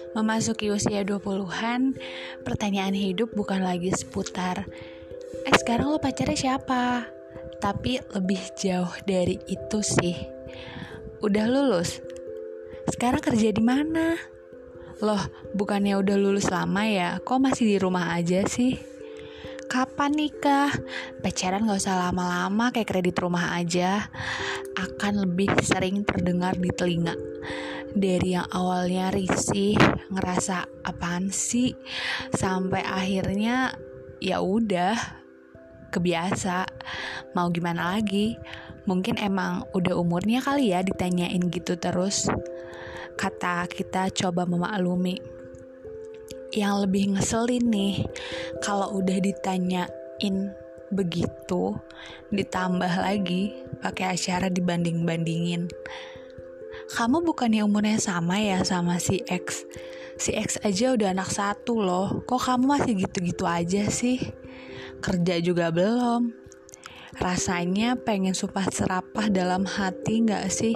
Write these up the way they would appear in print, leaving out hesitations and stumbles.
Memasuki usia 20-an, pertanyaan hidup bukan lagi seputar sekarang lo pacarnya siapa? Tapi lebih jauh dari itu sih. Udah lulus? Sekarang kerja di mana? Loh, bukannya udah lulus lama ya? Kok masih di rumah aja sih? Kapan nikah? Pacaran gak usah lama-lama kayak kredit rumah aja. Akan lebih sering terdengar di telinga. Dari yang awalnya risih, ngerasa apaan sih, sampai akhirnya ya udah kebiasa. Mau gimana lagi? Mungkin emang udah umurnya kali ya ditanyain gitu terus. Kata kita coba memaklumi. Yang lebih ngeselin nih, kalau udah ditanyain begitu, ditambah lagi pakai acara dibanding-bandingin. Kamu bukannya umurnya sama ya sama si X? Si X aja udah anak 1 loh. Kok kamu masih gitu-gitu aja sih? Kerja juga belum. Rasanya pengen sumpah serapah dalam hati gak sih?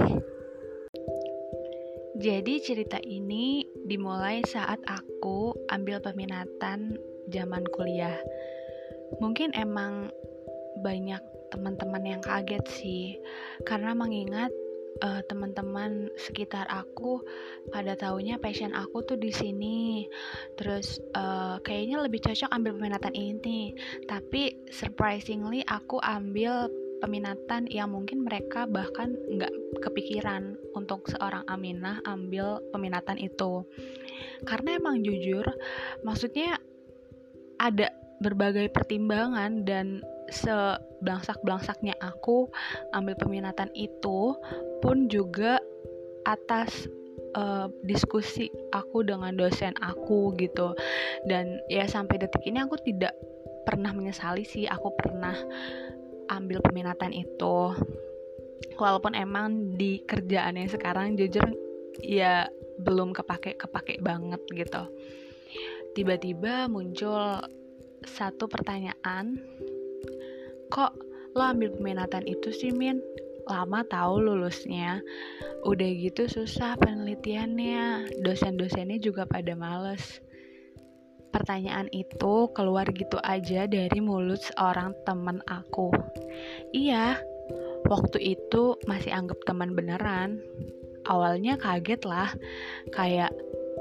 Jadi cerita ini dimulai saat aku ambil peminatan zaman kuliah. Mungkin emang banyak teman-teman yang kaget sih, karena mengingat teman-teman sekitar aku pada taunya passion aku tuh di sini. Terus kayaknya lebih cocok ambil peminatan ini. Tapi surprisingly aku ambil peminatan yang mungkin mereka bahkan nggak kepikiran untuk seorang Aminah ambil peminatan itu. Karena emang jujur, maksudnya ada berbagai pertimbangan dan sebelangsak-belangsaknya aku ambil peminatan itu pun juga atas diskusi aku dengan dosen aku gitu. Dan ya sampai detik ini aku tidak pernah menyesali sih aku pernah ambil peminatan itu. Walaupun emang di kerjaan yang sekarang jujur ya belum kepake banget gitu. Tiba-tiba muncul satu pertanyaan, kok lo ambil peminatan itu sih Min? Lama tahu lulusnya. Udah gitu susah penelitiannya, dosen-dosennya juga pada males. Pertanyaan itu keluar gitu aja dari mulut seorang teman aku. Iya, waktu itu masih anggap teman beneran. Awalnya kaget lah, kayak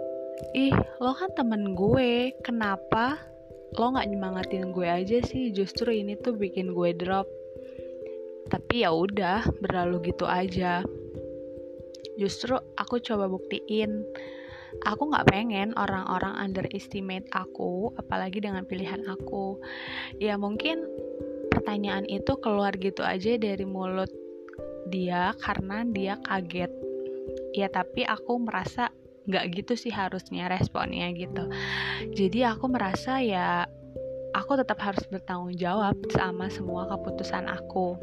lo kan temen gue, kenapa lo gak nyemangatin gue aja sih? Justru ini tuh bikin gue drop. Tapi ya udah, berlalu gitu aja. Justru aku coba buktiin, aku gak pengen orang-orang underestimate aku, apalagi dengan pilihan aku. Ya mungkin pertanyaan itu keluar gitu aja dari mulut dia karena dia kaget. Ya tapi aku merasa gak gitu sih harusnya responnya gitu. Jadi aku merasa ya aku tetap harus bertanggung jawab sama semua keputusan aku.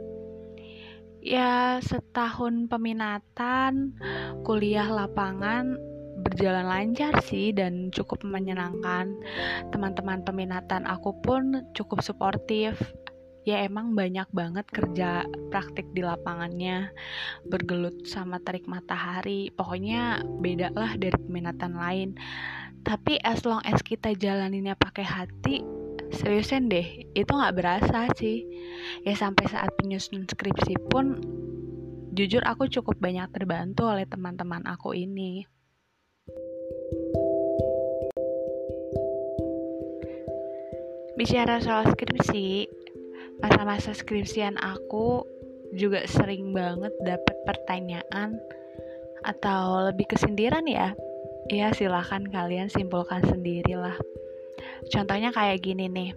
Ya setahun peminatan, kuliah lapangan berjalan lancar sih dan cukup menyenangkan. Teman-teman peminatan aku pun cukup suportif. Ya emang banyak banget kerja praktik di lapangannya, bergelut sama terik matahari. Pokoknya beda lah dari peminatan lain. Tapi as long as kita jalaninnya pakai hati, seriusan deh, itu gak berasa sih. Ya sampai saat penyusun skripsi pun jujur aku cukup banyak terbantu oleh teman-teman aku ini. Bicara soal skripsi, masa-masa skripsian aku juga sering banget dapat pertanyaan atau lebih kesindiran ya. Ya silahkan kalian simpulkan sendirilah. Contohnya kayak gini nih,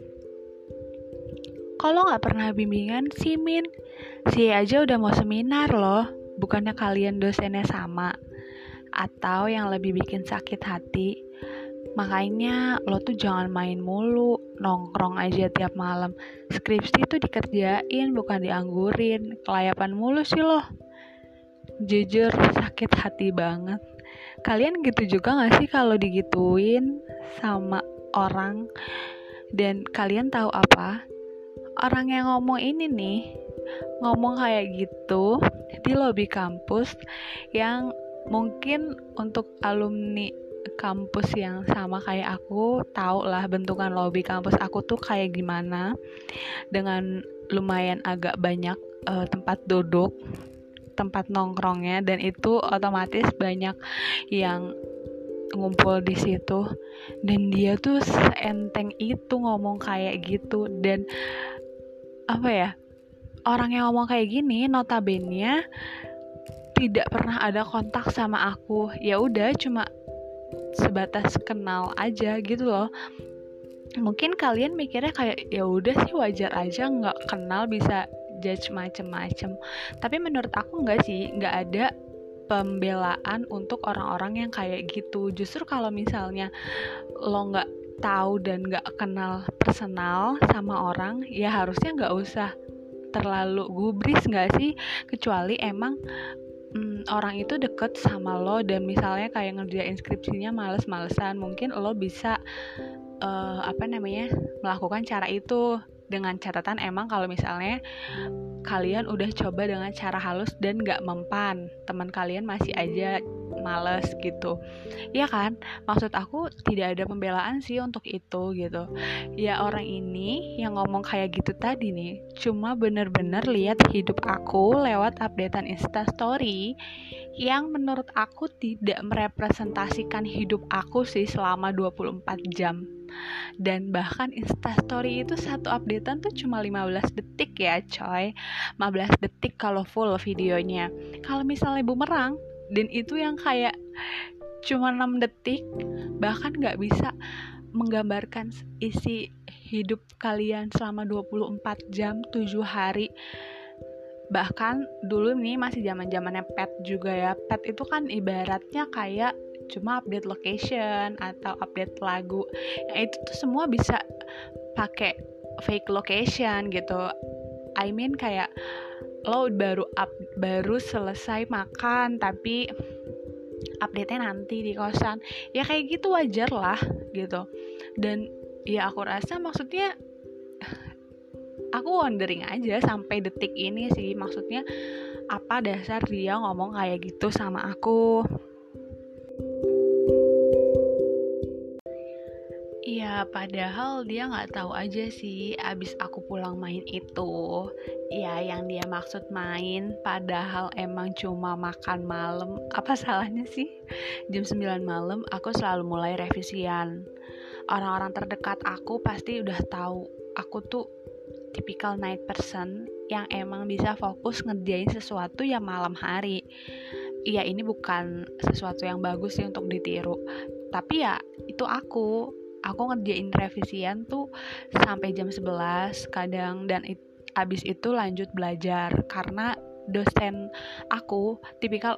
kalau gak pernah bimbingan sih Min? Si aja udah mau seminar loh, bukannya kalian dosennya sama? Atau yang lebih bikin sakit hati, makanya lo tuh jangan main mulu, nongkrong aja tiap malam. Skripsi tuh dikerjain bukan dianggurin, kelayapan mulu sih lo. Jujur sakit hati banget. Kalian gitu juga gak sih kalau digituin sama orang? Dan kalian tahu apa? Orang yang ngomong ini nih, ngomong kayak gitu di lobi kampus yang mungkin untuk alumni kampus yang sama kayak aku tahu lah bentukan lobi kampus aku tuh kayak gimana, dengan lumayan agak banyak tempat duduk, tempat nongkrongnya, dan itu otomatis banyak yang ngumpul di situ. Dan dia tuh seenteng itu ngomong kayak gitu. Dan apa ya, orang yang ngomong kayak gini notabene tidak pernah ada kontak sama aku. Ya udah, cuma sebatas kenal aja gitu loh. Mungkin kalian mikirnya kayak ya udah sih, wajar aja, nggak kenal bisa judge macem-macem. Tapi menurut aku nggak sih, nggak ada pembelaan untuk orang-orang yang kayak gitu. Justru kalau misalnya lo nggak tahu dan nggak kenal personal sama orang, ya harusnya nggak usah terlalu gubris nggak sih? Kecuali emang orang itu deket sama lo dan misalnya kayak ngerjain skripsinya males-malesan, mungkin lo bisa melakukan cara itu, dengan catatan emang kalau misalnya kalian udah coba dengan cara halus dan gak mempan, teman kalian masih aja males gitu, ya kan? Maksud aku tidak ada pembelaan sih untuk itu gitu. Ya orang ini yang ngomong kayak gitu tadi nih cuma bener-bener lihat hidup aku lewat updatean Instastory yang menurut aku tidak merepresentasikan hidup aku sih selama 24 jam. Dan bahkan Instastory itu satu updatean tuh cuma 15 detik ya coy, 15 detik kalau full videonya. Kalau misalnya bumerang, dan itu yang kayak cuma 6 detik, bahkan gak bisa menggambarkan isi hidup kalian selama 24 jam 7 hari. Bahkan dulu nih masih zaman-zamannya pet juga ya. Pet itu kan ibaratnya kayak cuma update location atau update lagu. Itu tuh semua bisa pakai fake location gitu. I mean kayak lo baru selesai makan tapi update-nya nanti di kosan. Ya kayak gitu wajar lah gitu. Dan ya aku rasa maksudnya aku wondering aja sampai detik ini sih, maksudnya apa dasar dia ngomong kayak gitu sama aku. Ya padahal dia gak tahu aja sih abis aku pulang main itu, ya yang dia maksud main padahal emang cuma makan malam. Apa salahnya sih? Jam 9 malam aku selalu mulai revisian. Orang-orang terdekat aku pasti udah tahu aku tuh tipikal night person yang emang bisa fokus ngerjain sesuatu yang malam hari. Iya, ini bukan sesuatu yang bagus sih untuk ditiru, tapi ya itu aku ngerjain revisian tuh sampai jam 11 kadang, dan abis itu lanjut belajar karena dosen aku tipikal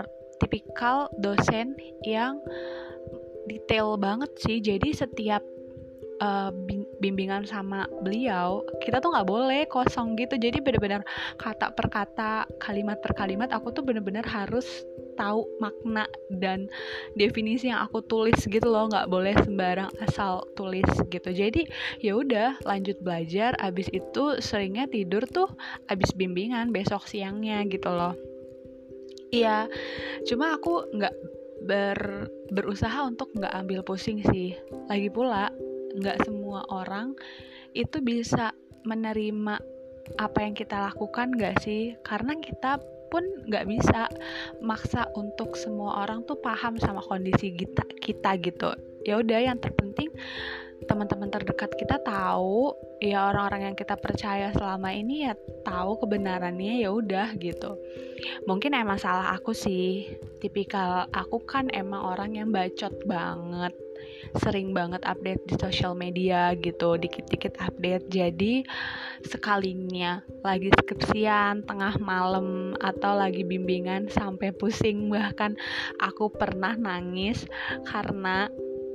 dosen yang detail banget sih. Jadi setiap bimbingan sama beliau kita tuh nggak boleh kosong gitu. Jadi benar-benar kata per kata, kalimat per kalimat aku tuh benar-benar harus tahu makna dan definisi yang aku tulis gitu loh, nggak boleh sembarang asal tulis gitu. Jadi ya udah lanjut belajar, abis itu seringnya tidur tuh abis bimbingan besok siangnya gitu loh. Iya, cuma aku nggak berusaha untuk nggak ambil pusing sih. Lagi pula nggak semua orang itu bisa menerima apa yang kita lakukan nggak sih? Karena kita pun nggak bisa maksa untuk semua orang tuh paham sama kondisi kita gitu. Ya udah, yang terpenting teman-teman terdekat kita tahu, ya orang-orang yang kita percaya selama ini ya tahu kebenarannya, ya udah gitu. Mungkin emang salah aku sih, tipikal aku kan emang orang yang bacot banget, sering banget update di sosial media gitu, dikit-dikit update. Jadi sekalinya lagi skripsian tengah malam atau lagi bimbingan sampai pusing, bahkan aku pernah nangis karena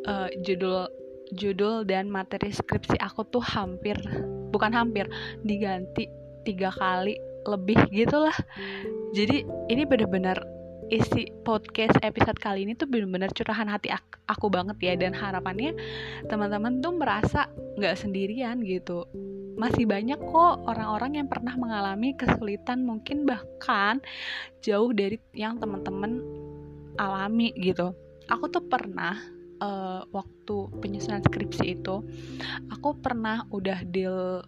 judul dan materi skripsi aku tuh diganti 3 kali lebih gitulah. Jadi ini benar-benar isi podcast episode kali ini tuh benar-benar curahan hati aku banget ya, dan harapannya teman-teman tuh merasa nggak sendirian gitu. Masih banyak kok orang-orang yang pernah mengalami kesulitan, mungkin bahkan jauh dari yang teman-teman alami gitu. aku tuh pernah waktu penyusunan skripsi itu aku pernah udah deal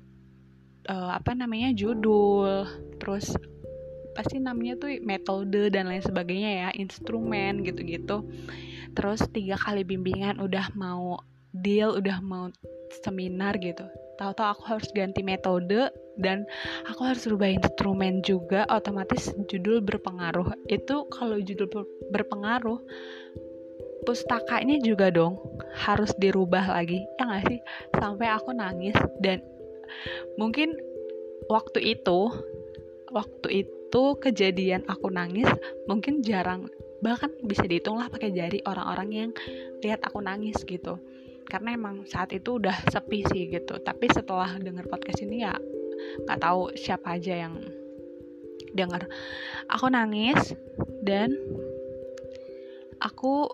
judul, terus pasti namanya tuh metode dan lain sebagainya ya, instrumen gitu-gitu. Terus 3 kali bimbingan udah mau deal, udah mau seminar gitu. Tahu-tahu aku harus ganti metode dan aku harus rubah instrumen juga, otomatis judul berpengaruh. Itu kalau judul berpengaruh, pustakanya juga dong harus dirubah lagi, ya nggak sih? Sampai aku nangis. Dan mungkin waktu itu kejadian aku nangis mungkin jarang, bahkan bisa dihitung lah pakai jari orang-orang yang lihat aku nangis gitu, karena emang saat itu udah sepi sih gitu. Tapi setelah denger podcast ini ya nggak tahu siapa aja yang denger, aku nangis. Dan aku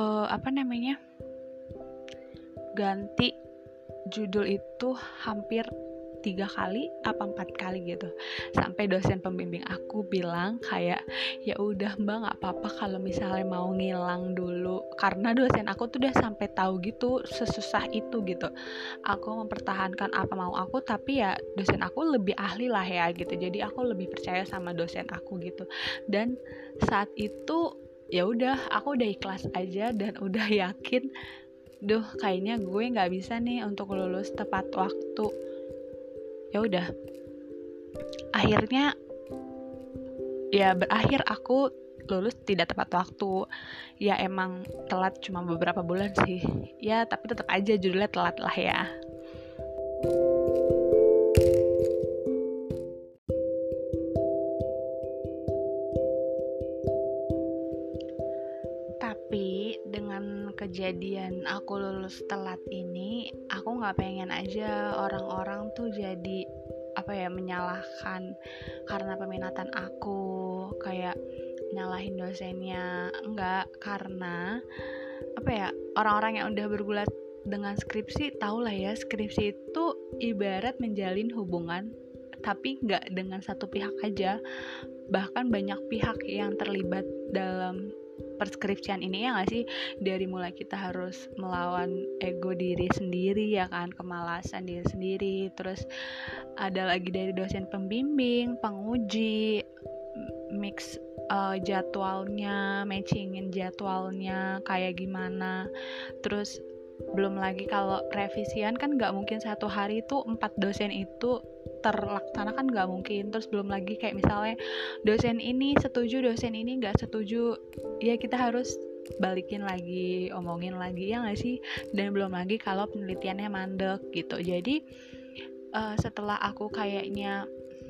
ganti judul itu hampir 3 kali apa 4 kali gitu, sampai dosen pembimbing aku bilang kayak, ya udah Mbak, nggak apa-apa kalau misalnya mau ngilang dulu, karena dosen aku tuh udah sampai tahu gitu sesusah itu gitu aku mempertahankan apa mau aku. Tapi ya dosen aku lebih ahli lah ya gitu, jadi aku lebih percaya sama dosen aku gitu. Dan saat itu ya udah, aku udah ikhlas aja dan udah yakin, kayaknya gue nggak bisa nih untuk lulus tepat waktu. Ya udah, akhirnya ya berakhir aku lulus tidak tepat waktu. Ya emang telat cuma beberapa bulan sih ya, tapi tetap aja judulnya telat lah ya. Tapi dengan kejadian aku lulus telat ini, aku nggak pengen aja orang-orang tuh jadi menyalahkan karena peminatan aku, kayak nyalahin dosennya. Enggak, karena orang-orang yang udah bergulat dengan skripsi tau lah ya, skripsi itu ibarat menjalin hubungan, tapi nggak dengan satu pihak aja, bahkan banyak pihak yang terlibat dalam perskripsian ini, ya nggak sih? Dari mulai kita harus melawan ego diri sendiri ya kan, kemalasan diri sendiri, terus ada lagi dari dosen pembimbing, penguji, mix jadwalnya, matchingin jadwalnya kayak gimana. Terus belum lagi kalau revisian kan nggak mungkin satu hari itu 4 dosen itu terlaksana, kan nggak mungkin. Terus belum lagi kayak misalnya dosen ini setuju, dosen ini nggak setuju, ya kita harus balikin lagi, omongin lagi, ya nggak sih? Dan belum lagi kalau penelitiannya mandek gitu. Jadi setelah aku kayaknya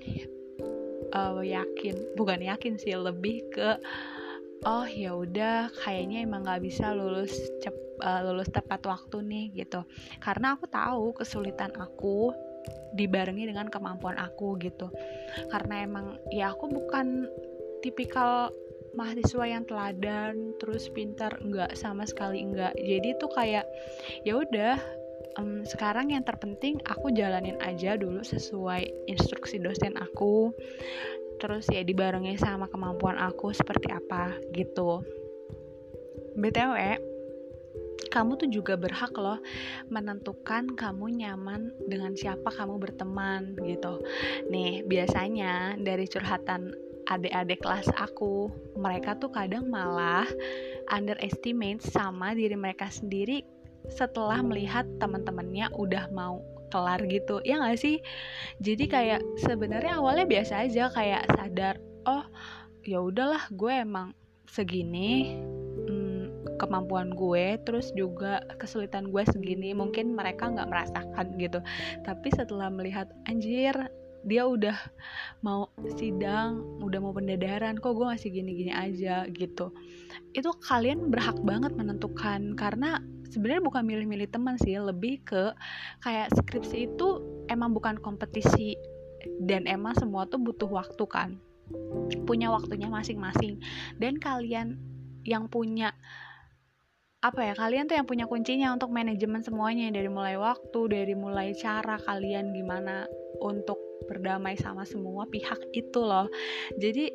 bukan yakin sih, lebih ke ya udah kayaknya emang nggak bisa lulus tepat waktu nih gitu, karena aku tahu kesulitan aku dibarengi dengan kemampuan aku gitu. Karena emang ya aku bukan tipikal mahasiswa yang teladan terus pintar, enggak, sama sekali enggak. Jadi tuh kayak ya udah, sekarang yang terpenting aku jalanin aja dulu sesuai instruksi dosen aku, terus ya dibarengi sama kemampuan aku seperti apa gitu. BTW, kamu tuh juga berhak loh menentukan kamu nyaman dengan siapa kamu berteman gitu. Nih, biasanya dari curhatan adik-adik kelas aku, mereka tuh kadang malah underestimate sama diri mereka sendiri setelah melihat teman-temannya udah mau kelar gitu, ya nggak sih? Jadi kayak sebenarnya awalnya biasa aja, kayak sadar, oh ya udahlah gue emang segini kemampuan gue, terus juga kesulitan gue segini, mungkin mereka nggak merasakan gitu. Tapi setelah melihat, anjir dia udah mau sidang, udah mau pendadaran, kok gue masih gini-gini aja gitu, itu kalian berhak banget menentukan. Karena sebenarnya bukan milih-milih teman sih, lebih ke kayak skripsi itu emang bukan kompetisi, dan emang semua tuh butuh waktu kan, punya waktunya masing-masing. Dan kalian yang punya kalian tuh yang punya kuncinya untuk manajemen semuanya, dari mulai waktu, dari mulai cara kalian gimana untuk berdamai sama semua pihak itu loh. Jadi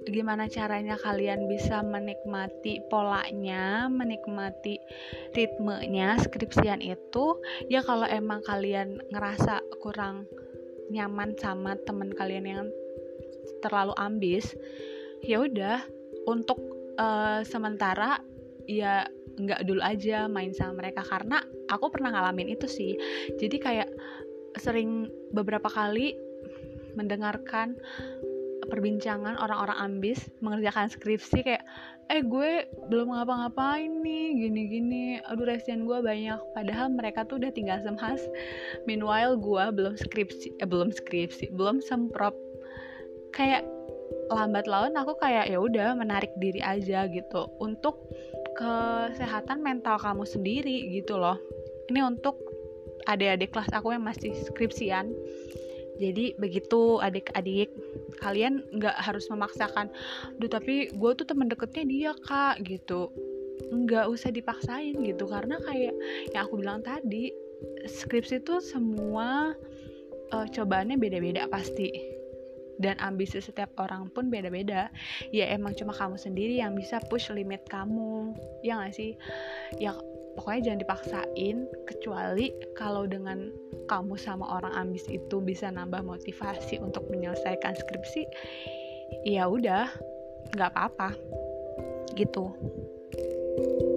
gimana caranya kalian bisa menikmati polanya, menikmati ritmenya skripsian itu. Ya kalau emang kalian ngerasa kurang nyaman sama teman kalian yang terlalu ambis, ya udah, untuk sementara ya nggak dulu aja main sama mereka, karena aku pernah ngalamin itu sih. Jadi kayak sering beberapa kali mendengarkan perbincangan orang-orang ambis mengerjakan skripsi, kayak gue belum ngapa-ngapain nih, gini-gini, aduh resian gue banyak, padahal mereka tuh udah tinggal semhas. Meanwhile gue belum semprot. Kayak lambat laun aku kayak ya udah menarik diri aja gitu, untuk kesehatan mental kamu sendiri gitu loh. Ini untuk adik-adik kelas aku yang masih skripsian. Jadi begitu adik-adik, kalian nggak harus memaksakan, tapi gue tuh temen deketnya dia kak gitu. Nggak usah dipaksain gitu, karena kayak yang aku bilang tadi, skripsi tuh semua cobaannya beda-beda pasti, dan ambisi setiap orang pun beda-beda. Ya emang cuma kamu sendiri yang bisa push limit kamu, ya nggak sih? Ya pokoknya jangan dipaksain, kecuali kalau dengan kamu sama orang ambis itu bisa nambah motivasi untuk menyelesaikan skripsi, ya udah, nggak apa-apa gitu.